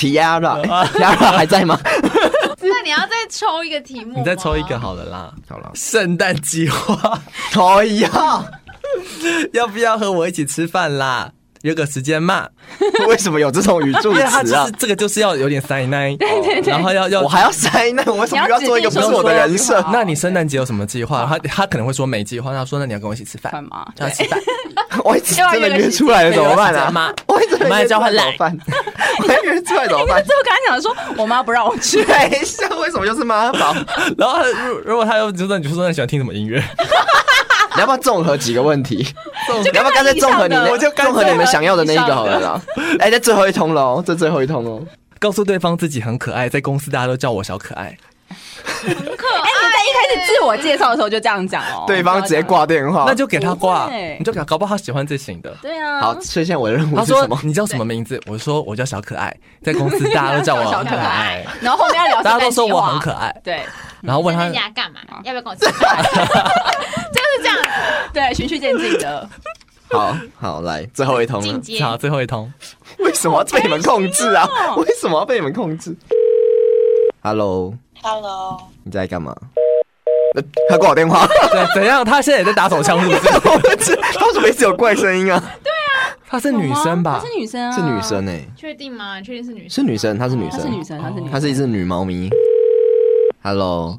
Speaker 7: Tiara 还在吗？
Speaker 2: 那你要再抽一个题目，
Speaker 3: 你再抽一个好了啦。好了，圣诞计划。
Speaker 7: 哎呀，
Speaker 3: 要不要和我一起吃饭啦？约个时间嘛？
Speaker 7: 为什么有这种语助词啊？
Speaker 3: 这个就是要有点塞奶，然后要
Speaker 7: 我还要塞奶，我为什么要做一个不是我的人设？
Speaker 3: 那你圣诞节有什么计划？他可能会说没计划，他说那你要跟我一起吃饭
Speaker 4: 吗？
Speaker 3: 要吃饭，
Speaker 7: 我一直真的约出来了怎么办啊？我一直
Speaker 3: 我们来交换赖饭，
Speaker 7: 我约出来怎么办？
Speaker 4: 之后跟他讲说，我妈不让我去，
Speaker 7: 为什么就是妈宝？
Speaker 3: 然后如果他又就说你说你喜欢听什么音乐？
Speaker 7: 你要不要综合几个问题？你要不要干脆综合你们想要的那一个好了啦？哎，这最后一通喽，这最后一通哦。
Speaker 3: 告诉对方自己很可爱，在公司大家都叫我小可爱。
Speaker 2: 很可爱。
Speaker 4: 你在一开始自我介绍的时候就这样讲哦。
Speaker 7: 对方直接挂电话，
Speaker 3: 那就给他挂，你就搞不好他喜欢这型的。
Speaker 4: 对啊。
Speaker 7: 好，所以现在我的任务是什么？
Speaker 3: 他说你叫什么名字？我说我叫小可爱，在公司大家都叫我
Speaker 4: 小可爱。然后后面要聊，
Speaker 3: 大家都说我很可爱。
Speaker 4: 对。
Speaker 3: 然后问他
Speaker 2: 家干嘛？要不要跟我吃饭？就是这样，
Speaker 4: 对，循序渐进的。
Speaker 7: 好，来最后一通了。
Speaker 3: 好，最后一通。
Speaker 7: 为什么要被你们控制啊？为什么要被你们控制 ？Hello， 你在干嘛？他挂我电话。
Speaker 3: 对，怎样？他现在也在打手枪，是不是？
Speaker 7: 我不知道，他怎么一直有怪声音啊？
Speaker 2: 对啊，
Speaker 3: 她是女生吧？
Speaker 4: 她是女生啊，
Speaker 7: 是女生哎。
Speaker 2: 确定吗？确定是女生？
Speaker 7: 是女生，她是女生，
Speaker 4: 她是女生，
Speaker 7: 她是一只女猫咪。Hello，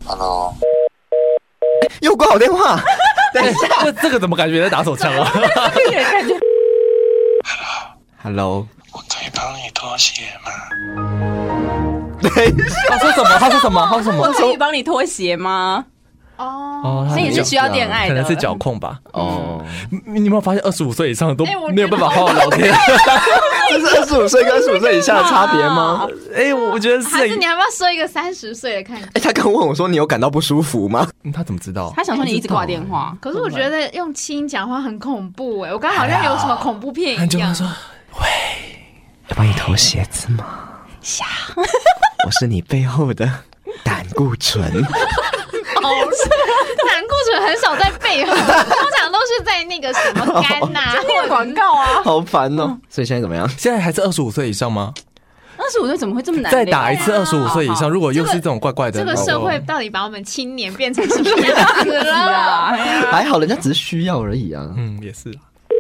Speaker 7: 又挂我电话。等一下，
Speaker 3: 这个怎么感觉在打手枪啊？
Speaker 4: 感觉。
Speaker 7: Hello，
Speaker 6: 我可以帮你脱鞋吗？
Speaker 7: 等一下，
Speaker 3: 他说什么？他说什么？他说什么？
Speaker 4: 我可以帮你脱鞋吗？ 哦，所以也是需要恋爱的，
Speaker 3: 可能是脚控吧。
Speaker 7: 哦，
Speaker 3: 你有没有发现25岁以上的都没有办法好好聊天？
Speaker 7: 这是25岁跟25岁以下的差别吗？
Speaker 3: 我觉得是。
Speaker 2: 还是你要不要说一个30岁的看？
Speaker 7: 他刚问我说你有感到不舒服吗？
Speaker 3: 他怎么知道？
Speaker 4: 他想说你一直挂电话。
Speaker 2: 可是我觉得用轻音讲话很恐怖我刚好像有什么恐怖片一样。
Speaker 7: 说喂，要帮你脱鞋子吗？
Speaker 4: 想，
Speaker 7: 我是你背后的胆固醇。
Speaker 2: 胆固醇很少在背后，通常都是在那个什么肝呐，
Speaker 4: 那个广告啊，
Speaker 7: 好烦哦。所以现在怎么样？
Speaker 3: 现在还是25岁以上吗
Speaker 4: ？25岁怎么会这么难？
Speaker 3: 再打一次25岁以上，如果又是这种怪怪的，
Speaker 2: 这个社会到底把我们青年变成什么样子了？
Speaker 7: 还好，人家只是需要而已啊。
Speaker 3: 也是。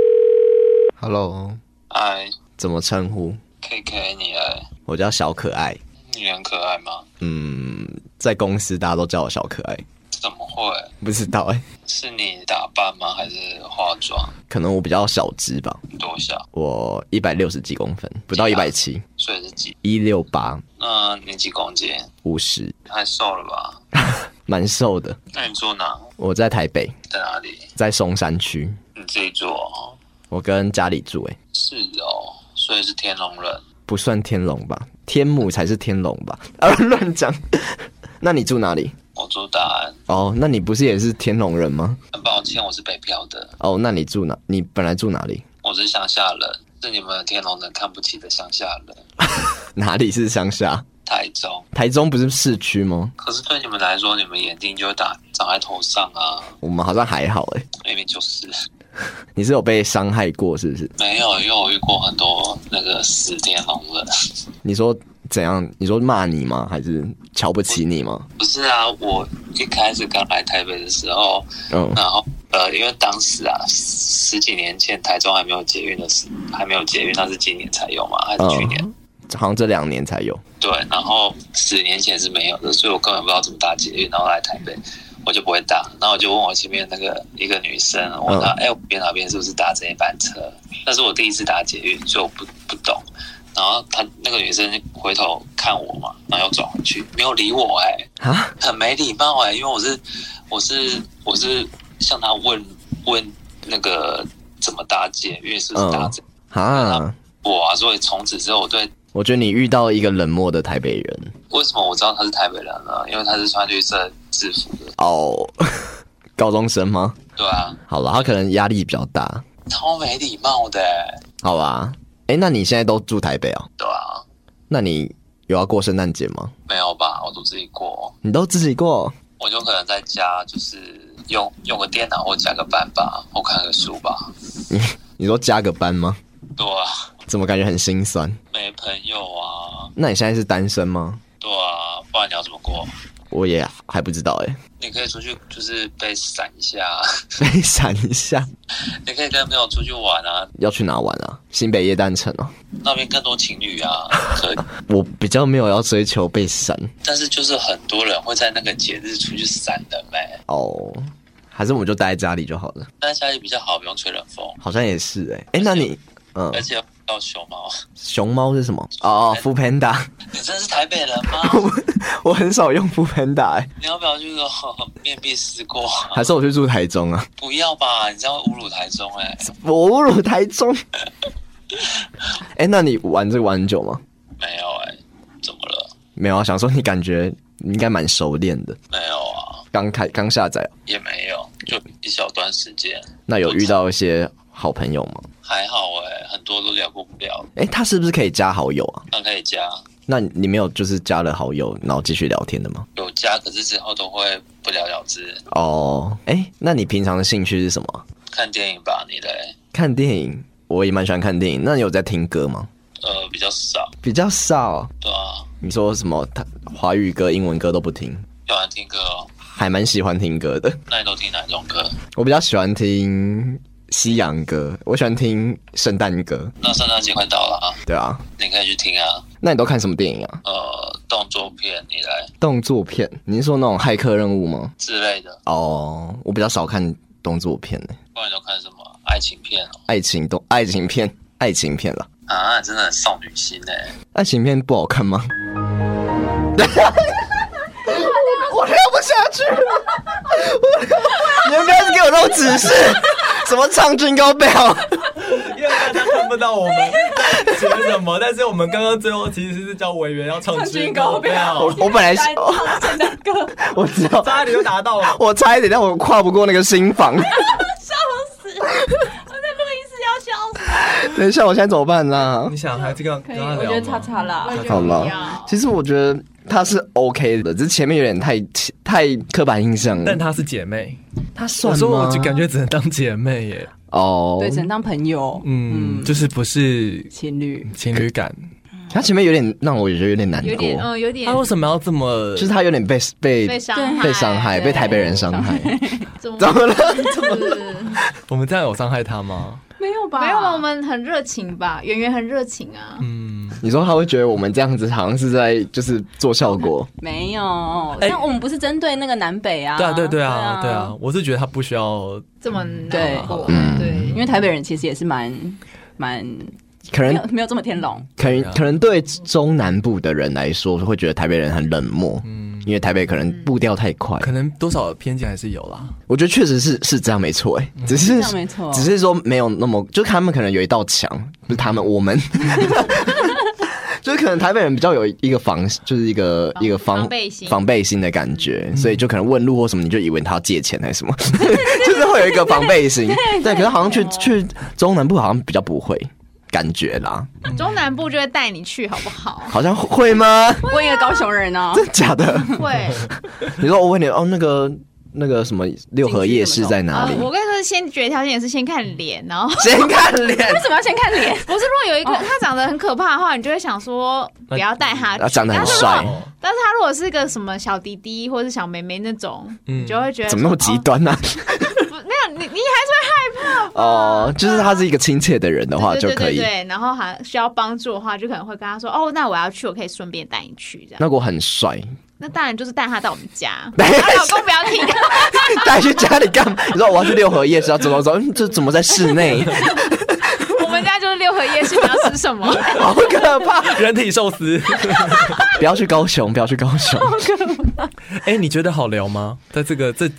Speaker 7: Hello，
Speaker 6: 嗨，
Speaker 7: 怎么称呼
Speaker 6: ？KK， 你来。
Speaker 7: 我叫小可爱。
Speaker 6: 你很可爱吗？
Speaker 7: 在公司大家都叫我小可爱。
Speaker 6: 怎么会？
Speaker 7: 不知道
Speaker 6: 是你打扮吗？还是化妆？
Speaker 7: 可能我比较小只吧。
Speaker 6: 多小？
Speaker 7: 我160几公分，不到170。
Speaker 6: 所以是几
Speaker 7: ？168。
Speaker 6: 那你几公斤
Speaker 7: ？50。
Speaker 6: 太瘦了吧？
Speaker 7: 蛮瘦的。
Speaker 6: 那你住哪？
Speaker 7: 我在台北。
Speaker 6: 在哪里？
Speaker 7: 在松山区。
Speaker 6: 你自己住哦？
Speaker 7: 我跟家里住
Speaker 6: 是哦，所以是天龙人。
Speaker 7: 不算天龙吧，天母才是天龙吧？乱讲。那你住哪里？
Speaker 6: 我住大安。
Speaker 7: 哦，那你不是也是天龙人吗？
Speaker 6: 很抱歉，我是北漂的。
Speaker 7: 哦，那你住哪？你本来住哪里？
Speaker 6: 我是乡下人，是你们天龙人看不起的乡下人。
Speaker 7: 哪里是乡下？
Speaker 6: 台中。
Speaker 7: 台中不是市区吗？
Speaker 6: 可是对你们来说，你们眼睛就会长在头上啊。
Speaker 7: 我们好像还好
Speaker 6: 明明就是。
Speaker 7: 你是有被伤害过是不是？
Speaker 6: 没有，因为我遇过很多那个死天龙人。
Speaker 7: 你说怎样？你说骂你吗？还是瞧不起你吗？
Speaker 6: 不是啊，我一开始刚来台北的时候，然后因为当时啊10几年前台中还没有捷运，那是今年才有嘛，还是去年？
Speaker 7: 好像这2年才有。
Speaker 6: 对，然后10年前是没有的，所以我根本不知道怎么搭捷运，然后来台北。我就不会打，然后我就问我前面那个一个女生，我问她，我哪边是不是搭这一班车？那是我第一次搭捷运，所以我不懂。然后她那个女生回头看我嘛，然后又转回去，没有理我很没礼貌因为我是向她问那个怎么搭捷运，是不是搭这所以从此之后
Speaker 7: 我觉得你遇到一个冷漠的台北人。
Speaker 6: 为什么我知道他是台北人呢？因为他是穿绿色制服的。
Speaker 7: 高中生吗？
Speaker 6: 对啊。
Speaker 7: 好了，他可能压力比较大。
Speaker 6: 超没礼貌的。
Speaker 7: 好吧，那你现在都住台北啊？
Speaker 6: 对啊。
Speaker 7: 那你有要过圣诞节吗？
Speaker 6: 没有吧，我都自己过。
Speaker 7: 你都自己过？
Speaker 6: 我就可能在家，就是用个电脑或加个班吧，或看个书吧。
Speaker 7: 你说加个班吗？
Speaker 6: 对啊。
Speaker 7: 怎么感觉很心酸？
Speaker 6: 没朋友啊。
Speaker 7: 那你现在是单身吗？
Speaker 6: 对啊，不然你要怎么过？
Speaker 7: 我也还不知道
Speaker 6: 你可以出去，就是被闪一下。
Speaker 7: 被闪一下？
Speaker 6: 你可以跟朋友出去玩啊。
Speaker 7: 要去哪玩啊？新北耶诞城哦。
Speaker 6: 那边更多情侣啊。
Speaker 7: 我比较没有要追求被闪，
Speaker 6: 但是就是很多人会在那个节日出去闪人
Speaker 7: 还是我们就待在家里就好了。
Speaker 6: 待在家里比较好，不用吹冷风。
Speaker 7: 好像也是那你
Speaker 6: 而且要熊猫。
Speaker 7: 熊猫是什么？Foodpanda。
Speaker 6: 你真是台北人吗？
Speaker 7: 我很少用 Foodpanda
Speaker 6: 你要不要去个面壁思过？
Speaker 7: 还是我去住台中啊？
Speaker 6: 不要吧，你这样会侮辱台中
Speaker 7: 我侮辱台中？那你玩这个玩很久吗？
Speaker 6: 没有怎么了？
Speaker 7: 没有啊，想说你感觉应该蛮熟练的。
Speaker 6: 没有啊，
Speaker 7: 刚下载
Speaker 6: 也没有，就一小段时间。
Speaker 7: 那有遇到一些好朋友吗？
Speaker 6: 还好很多都聊过不了。
Speaker 7: 他是不是可以加好友啊？
Speaker 6: 那可以加。
Speaker 7: 那你没有就是加了好友然后继续聊天的吗？
Speaker 6: 有加，可是之后都会不了了之。
Speaker 7: 那你平常的兴趣是什么？
Speaker 6: 看电影吧，你嘞？
Speaker 7: 看电影，我也蛮喜欢看电影。那你有在听歌吗？
Speaker 6: 比较少。
Speaker 7: 比较少？
Speaker 6: 对啊。
Speaker 7: 你说什么华语歌、英文歌都不听？
Speaker 6: 喜欢听歌
Speaker 7: 还蛮喜欢听歌的。
Speaker 6: 那你都听哪种歌？
Speaker 7: 我比较喜欢听西洋歌，我喜欢听圣诞歌。
Speaker 6: 那圣诞节快到了
Speaker 7: 对啊。
Speaker 6: 你可以去听啊。
Speaker 7: 那你都看什么电影啊？
Speaker 6: 动作片，你来。
Speaker 7: 动作片？你是说那种骇客任务吗？
Speaker 6: 之类的。
Speaker 7: 我比较少看动作片
Speaker 6: 不然你都看什么？爱情片
Speaker 7: 爱情片啦。
Speaker 6: 真的很少女心
Speaker 7: 爱情片不好看吗？我聊不下去了。 你们不要给我这种指示，什么唱军高标？
Speaker 3: 因为大家看不到我们在学什么，但是我们刚刚最后其实是叫委员要唱军高标。
Speaker 7: 我本来是
Speaker 4: 真的歌，
Speaker 7: 我知道，
Speaker 3: 差点就达到了，
Speaker 7: 我差一点，但我跨不过那个心房。
Speaker 4: 笑死！我在录音室要笑死。
Speaker 7: 等一下，我现在怎么办呢？
Speaker 3: 你想还这个跟他聊吗？
Speaker 4: 我觉得叉叉啦，
Speaker 7: 好了，其实我觉得她是 OK 的，只是前面有点太刻板印象了。
Speaker 3: 但她是姐妹，
Speaker 7: 她算吗？
Speaker 3: 我说我就感觉只能当姐妹耶。
Speaker 7: 哦，
Speaker 4: 对，只能当朋友。
Speaker 3: 就是不是
Speaker 4: 情侣
Speaker 3: 感。
Speaker 7: 他前面有点让我觉得有点难过，
Speaker 2: 有点。
Speaker 3: 他为什么要这么？
Speaker 7: 就是他有点被伤害，被台北人伤害。怎么了？
Speaker 3: 我们这样有伤害他吗？
Speaker 4: 没有吧？
Speaker 2: 没有，我们很热情吧？圆圆很热情啊。
Speaker 7: 你说他会觉得我们这样子好像是在就是做效果？
Speaker 4: 没有，但我们不是针对那个南北啊。
Speaker 3: 对啊，我是觉得他不需要
Speaker 2: 这么难过。
Speaker 4: 对，因为台北人其实也是蛮。
Speaker 7: 可能
Speaker 4: 没有这么天龙，
Speaker 7: 可能对中南部的人来说会觉得台北人很冷漠，因为台北可能步调太快，
Speaker 3: 可能多少偏见还是有啦。
Speaker 7: 我觉得确实是这样没错，只是只是说没有那么，就他们可能有一道墙，不是他们我们。就是可能台北人比较有一个就是一个防备心的感觉，所以就可能问路或什么，你就以为他要借钱还是什么，就是会有一个防备心。对，可是好像去中南部好像比较不会。感觉啦，
Speaker 2: 中南部就会带你去，好不好？
Speaker 7: 好像会吗？
Speaker 4: 问一个高雄人哦，
Speaker 7: 真的假的？
Speaker 2: 会。
Speaker 7: 你说我问你哦，那个什么六合夜市在哪里？
Speaker 2: 我跟你说，先决条件也是先看脸，然后
Speaker 7: 先看脸。
Speaker 4: 为什么要先看脸？
Speaker 2: 不是，如果有一个他长得很可怕的话，你就会想说不要带他去。
Speaker 7: 长得很帅，
Speaker 2: 但是他如果是个什么小弟弟或者是小妹妹那种，你就会觉得
Speaker 7: 怎么那么极端呢？
Speaker 2: 没有，你还是会害怕
Speaker 7: 哦。就是他是一个亲切的人的话就可以。
Speaker 2: 对，然后还需要帮助的话，就可能会跟他说哦，那我要去，我可以顺便带你去这样。
Speaker 7: 那我很帅。
Speaker 2: 那当然就是带他到我们家，老公不要听，
Speaker 7: 带去家里干嘛？你说我要去六合夜市，要走，这怎么在室内？
Speaker 2: 我们家就是六合夜市，你要吃什么？
Speaker 7: 好可怕，
Speaker 3: 人体寿司。
Speaker 7: 不要去高雄，好
Speaker 3: 可怕。你觉得好聊吗？在这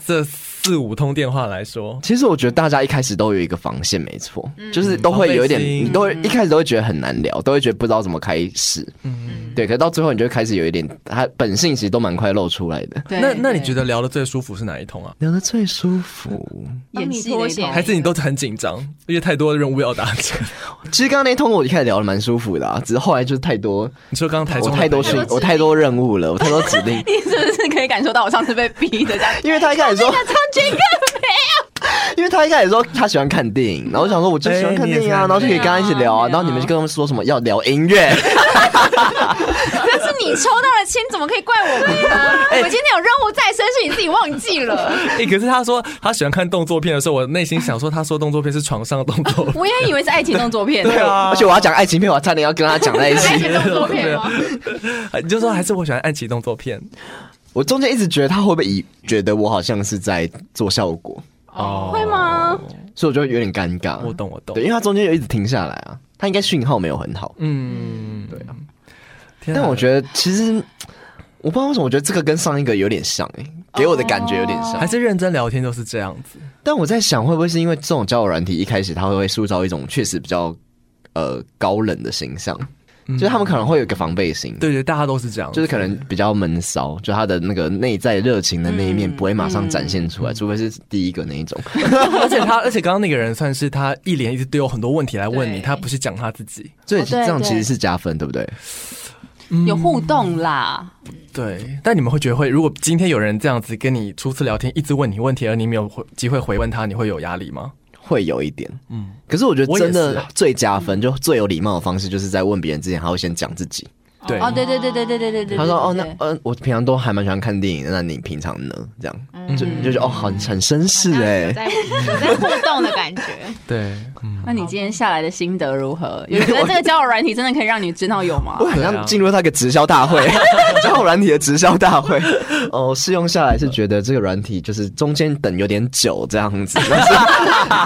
Speaker 3: 4-5通电话来说，
Speaker 7: 其实我觉得大家一开始都有一个防线，没错，就是都会有一点，你都会一开始都会觉得很难聊，都会觉得不知道怎么开始。对，可是到最后你就会开始有一点，它本性其实都蛮快露出来的。
Speaker 3: 那你觉得聊得最舒服是哪一通啊？
Speaker 7: 聊得最舒服，
Speaker 2: 演戏那通，
Speaker 3: 还是你都很紧张，因为太多任务要达成？
Speaker 7: 其实刚刚那通我一开始聊得蛮舒服的啊，只是后来就是太多。
Speaker 3: 你说刚刚
Speaker 7: 我太多任务了，我太多指令。
Speaker 4: 你是不是可以感受到我上次被逼的这样？
Speaker 7: 因为他一开始说
Speaker 4: 唱军歌没有。
Speaker 7: 因为他一开始说他喜欢看电影，然后我想说我就喜欢看电影啊，然后就可以跟他一起聊啊，然后你们就跟他们说什么要聊音乐。
Speaker 2: 但是你抽到了签，怎么可以怪我们呢？我今天有任务在身，是你自己忘记了。
Speaker 3: 可是他说他喜欢看动作片的时候，我内心想说，他说动作片是床上的动作片，
Speaker 4: 我也以为是爱情动作片。
Speaker 3: 对啊，
Speaker 7: 而且我要讲爱情片，我差点要跟他讲在一起。
Speaker 2: 爱情动作片吗？
Speaker 3: 你就说还是我喜欢爱情动作片。
Speaker 7: 我中间一直觉得他会不会觉得我好像是在做效果？
Speaker 4: 会吗？
Speaker 7: 所以我就有点尴尬。
Speaker 3: 我懂。
Speaker 7: 对，因为他中间有一直停下来啊，他应该讯号没有很好。对啊。但我觉得其实我不知道为什么，我觉得这个跟上一个有点像给我的感觉有点像。
Speaker 3: 还是认真聊天都是这样子。
Speaker 7: 但我在想，会不会是因为这种交友软体一开始他会塑造一种确实比较高冷的形象？就是他们可能会有一个防备心，
Speaker 3: 对，大家都是这样，
Speaker 7: 就是可能比较闷骚，就他的那个内在热情的那一面不会马上展现出来，除非是第一个那一种。
Speaker 3: 而且刚刚那个人算是他一连一直丢很多问题来问你，他不是讲他自己，
Speaker 7: 所以这样其实是加分，对不对？
Speaker 4: 有互动啦。
Speaker 3: 对，但你们会觉得如果今天有人这样子跟你初次聊天，一直问你问题，而你没有机会回问他，你会有压力吗？
Speaker 7: 会有一点，可是我觉得真的最加分，就最有礼貌的方式，就是在问别人之前，他会先讲自己。
Speaker 3: 对，
Speaker 4: 对。
Speaker 7: 他说那我平常都还蛮喜欢看电影的，那你平常呢？这样就觉得很绅士
Speaker 2: 有在互动的感觉。
Speaker 3: 对，
Speaker 4: 那你今天下来的心得如何？有觉得这个交友软体真的可以让你知道有吗？
Speaker 7: 我好像进入那个直销大会，交友软体的直销大会。试用下来是觉得这个软体就是中间等有点久这样子，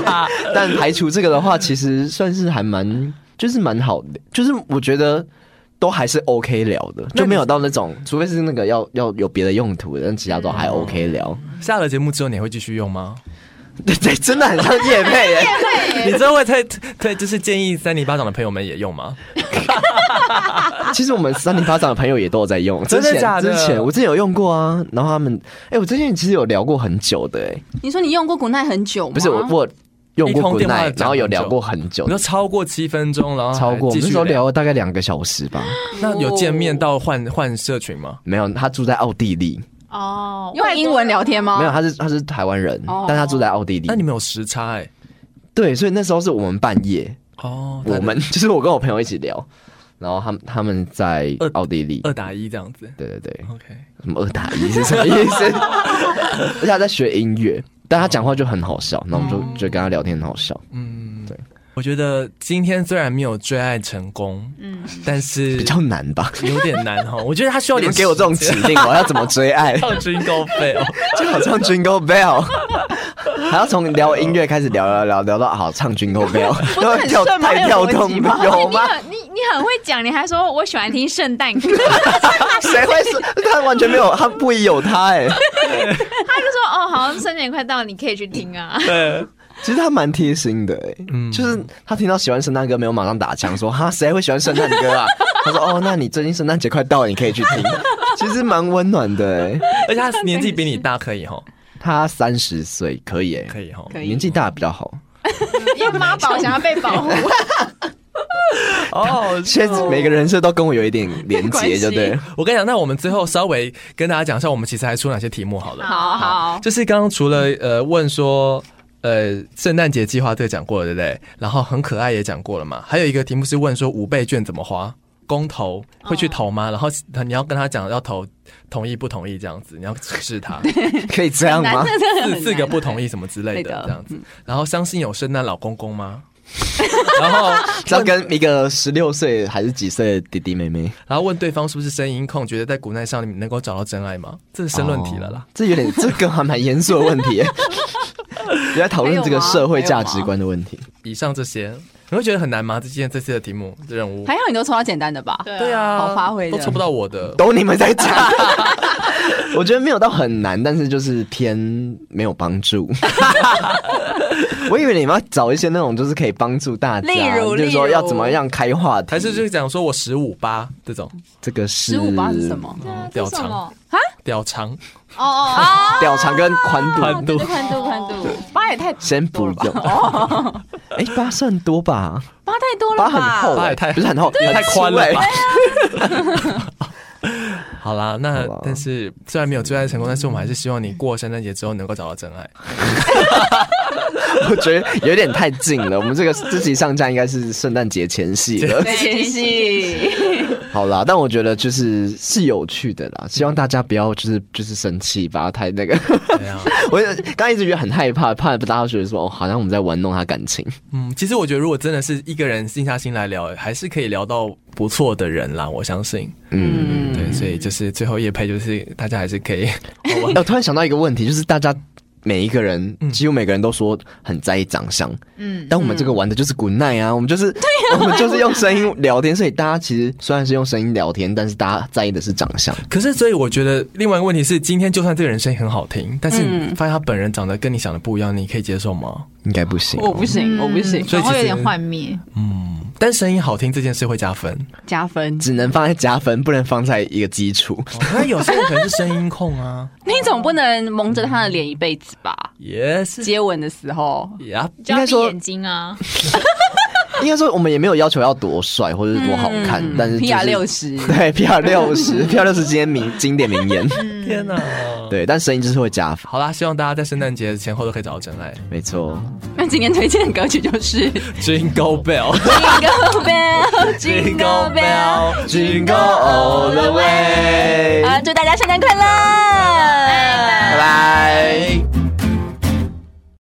Speaker 7: 但排除这个的话，其实算是还蛮好的。就是我觉得都还是 OK 聊的，就没有到那种，除非是那个要有别的用途的，但其他都还 OK 聊。
Speaker 3: 下了节目之后，你会继续用吗？
Speaker 7: 对，真的很像业配耶。
Speaker 3: 你真的会推，就是建议308掌的朋友们也用吗？
Speaker 7: 其实我们308掌的朋友也都有在用，
Speaker 3: 真的假的？
Speaker 7: 我之前有用过啊，然后他们，我之前其实有聊过很久的。
Speaker 4: 你说你用过古奈很久吗？
Speaker 7: 不是我用过古奈，然后有聊过很久，
Speaker 3: 你说超过7分钟，然后
Speaker 7: 超过，那时候聊了大概2个小时吧。
Speaker 3: 那有见面到换社群吗？
Speaker 7: 没有，他住在奥地利。
Speaker 2: 哦，
Speaker 4: 用英文聊天吗？
Speaker 7: 没有，他是台湾人，但他住在奥地利。
Speaker 3: 那你们有时差
Speaker 7: 对，所以那时候是我们半夜我们就是我跟我朋友一起聊，然后他们在奥地利
Speaker 3: 2打1这样子。
Speaker 7: 对
Speaker 3: ，OK。
Speaker 7: 什么2打1是什么意思？而且他在学音乐，但他讲话就很好笑，然后我们就跟他聊天很好笑。对。
Speaker 3: 我觉得今天虽然没有追爱成功，但是
Speaker 7: 比较难吧，
Speaker 3: 有点难哈。我觉得他需要点
Speaker 7: 给我这种指令，我要怎么追爱？
Speaker 3: 唱 Jingle Bell，
Speaker 7: 就好唱 Jingle Bell， 还要从聊音乐开始聊到好唱 Jingle Bell， 太跳动有吗？
Speaker 2: 你很会讲，你还说我喜欢听圣诞歌，
Speaker 7: 谁会说？他完全没有，他不疑有他
Speaker 2: 他就说哦，好像圣诞节快到，你可以去听啊。
Speaker 7: 对。其实他蛮贴心的就是他听到喜欢圣诞歌没有马上打枪说哈谁会喜欢圣诞歌啊？他说哦，那你最近圣诞节快到了，你可以去听。其实蛮温暖的
Speaker 3: 而且他年纪比你大，可以齁。
Speaker 7: 他30岁，可以可以齁，年纪大比较好。
Speaker 2: 因为妈宝想要被保护。
Speaker 7: 现在每个人设都跟我有一点连结，就对。
Speaker 3: 我跟你讲，那我们最后稍微跟大家讲一下，我们其实还出哪些题目好了。
Speaker 2: 好，
Speaker 3: 就是刚刚除了问说。圣诞节计划这个讲过了，对不对？然后很可爱也讲过了嘛。还有一个题目是问说5倍券怎么花，公投会去投吗？然后你要跟他讲要投，同意不同意这样子，你要指示他，
Speaker 7: 可以这样吗
Speaker 3: ？4个不同意什么之类的这样子。然后相信有圣诞老公公吗？然后
Speaker 7: 要跟一个16岁还是几岁的弟弟妹妹，
Speaker 3: 然后问对方是不是声音控，觉得在古奈上你能够找到真爱吗？这是申论题了啦，
Speaker 7: 这个还蛮严肃的问题也在讨论这个社会价值观的问题。
Speaker 3: 以上这些你会觉得很难吗？这次的题目任务
Speaker 4: 还好，你都抽到简单的吧？
Speaker 3: 对啊，
Speaker 4: 好发挥的，
Speaker 3: 都抽不到我的，
Speaker 7: 都你们在讲。我觉得没有到很难，但是就是偏没有帮助。我以为你们要找一些那种就是可以帮助大家，例如说要怎么样开话题，
Speaker 3: 还是就是讲说我15%这种。
Speaker 7: 这个是
Speaker 4: 15%是什么？
Speaker 3: 屌长啊，屌长
Speaker 7: 屌长跟宽度
Speaker 4: 8也太
Speaker 7: 先不用。8算多吧
Speaker 4: ？8太多了吧？
Speaker 7: 8很厚
Speaker 3: 8也太
Speaker 7: 不是很厚，
Speaker 3: 也太宽了吧？好啦，那但是虽然没有追爱成功，但是我们还是希望你过圣诞节之后能够找到真爱。
Speaker 7: 我觉得有点太近了，我们这集上架应该是圣诞节前夕了。
Speaker 4: 前夕。
Speaker 7: 好啦，但我觉得就是有趣的啦，希望大家不要就是生气，把它太那个。我刚一直觉得很害怕大家觉得说好像我们在玩弄他感情。
Speaker 3: 其实我觉得如果真的是一个人静下心来聊，还是可以聊到不错的人啦，我相信。对，所以就是最后业配就是大家还是可以。
Speaker 7: 我突然想到一个问题，就是大家。每一个人几乎每个人都说很在意长相，但我们这个玩的就是 Good Night 啊，我们就是用声音聊天，所以大家其实虽然是用声音聊天，但是大家在意的是长相。
Speaker 3: 可是所以我觉得另外一个问题是，今天就算这个人声音很好听，但是你发现他本人长得跟你想的不一样，你可以接受吗？
Speaker 7: 应该不行，
Speaker 4: 我不行，
Speaker 2: 所以会有点幻灭。
Speaker 3: 但声音好听这件事会加分，
Speaker 7: 只能放在加分，不能放在一个基础。
Speaker 3: 那有些人可能是声音控啊，
Speaker 4: 你总不能蒙着他的脸一辈子吧？
Speaker 3: 也是
Speaker 4: 接吻的时候，
Speaker 2: 就要闭眼睛啊。
Speaker 7: 应该说我们也没有要求要多帅或者是多好看，但是、
Speaker 4: PR60
Speaker 7: 对 PR60 今天经典名言。
Speaker 3: 天哪！
Speaker 7: 对，但声音就是会加分。
Speaker 3: 好啦，希望大家在圣诞节前后都可以找到真爱。
Speaker 7: 没错。
Speaker 4: 那今天推荐的歌曲就是
Speaker 3: Jingle Bell
Speaker 4: Jingle Bell
Speaker 3: Jingle Bell
Speaker 7: Jingle All the Way。
Speaker 4: 祝大家圣诞快乐！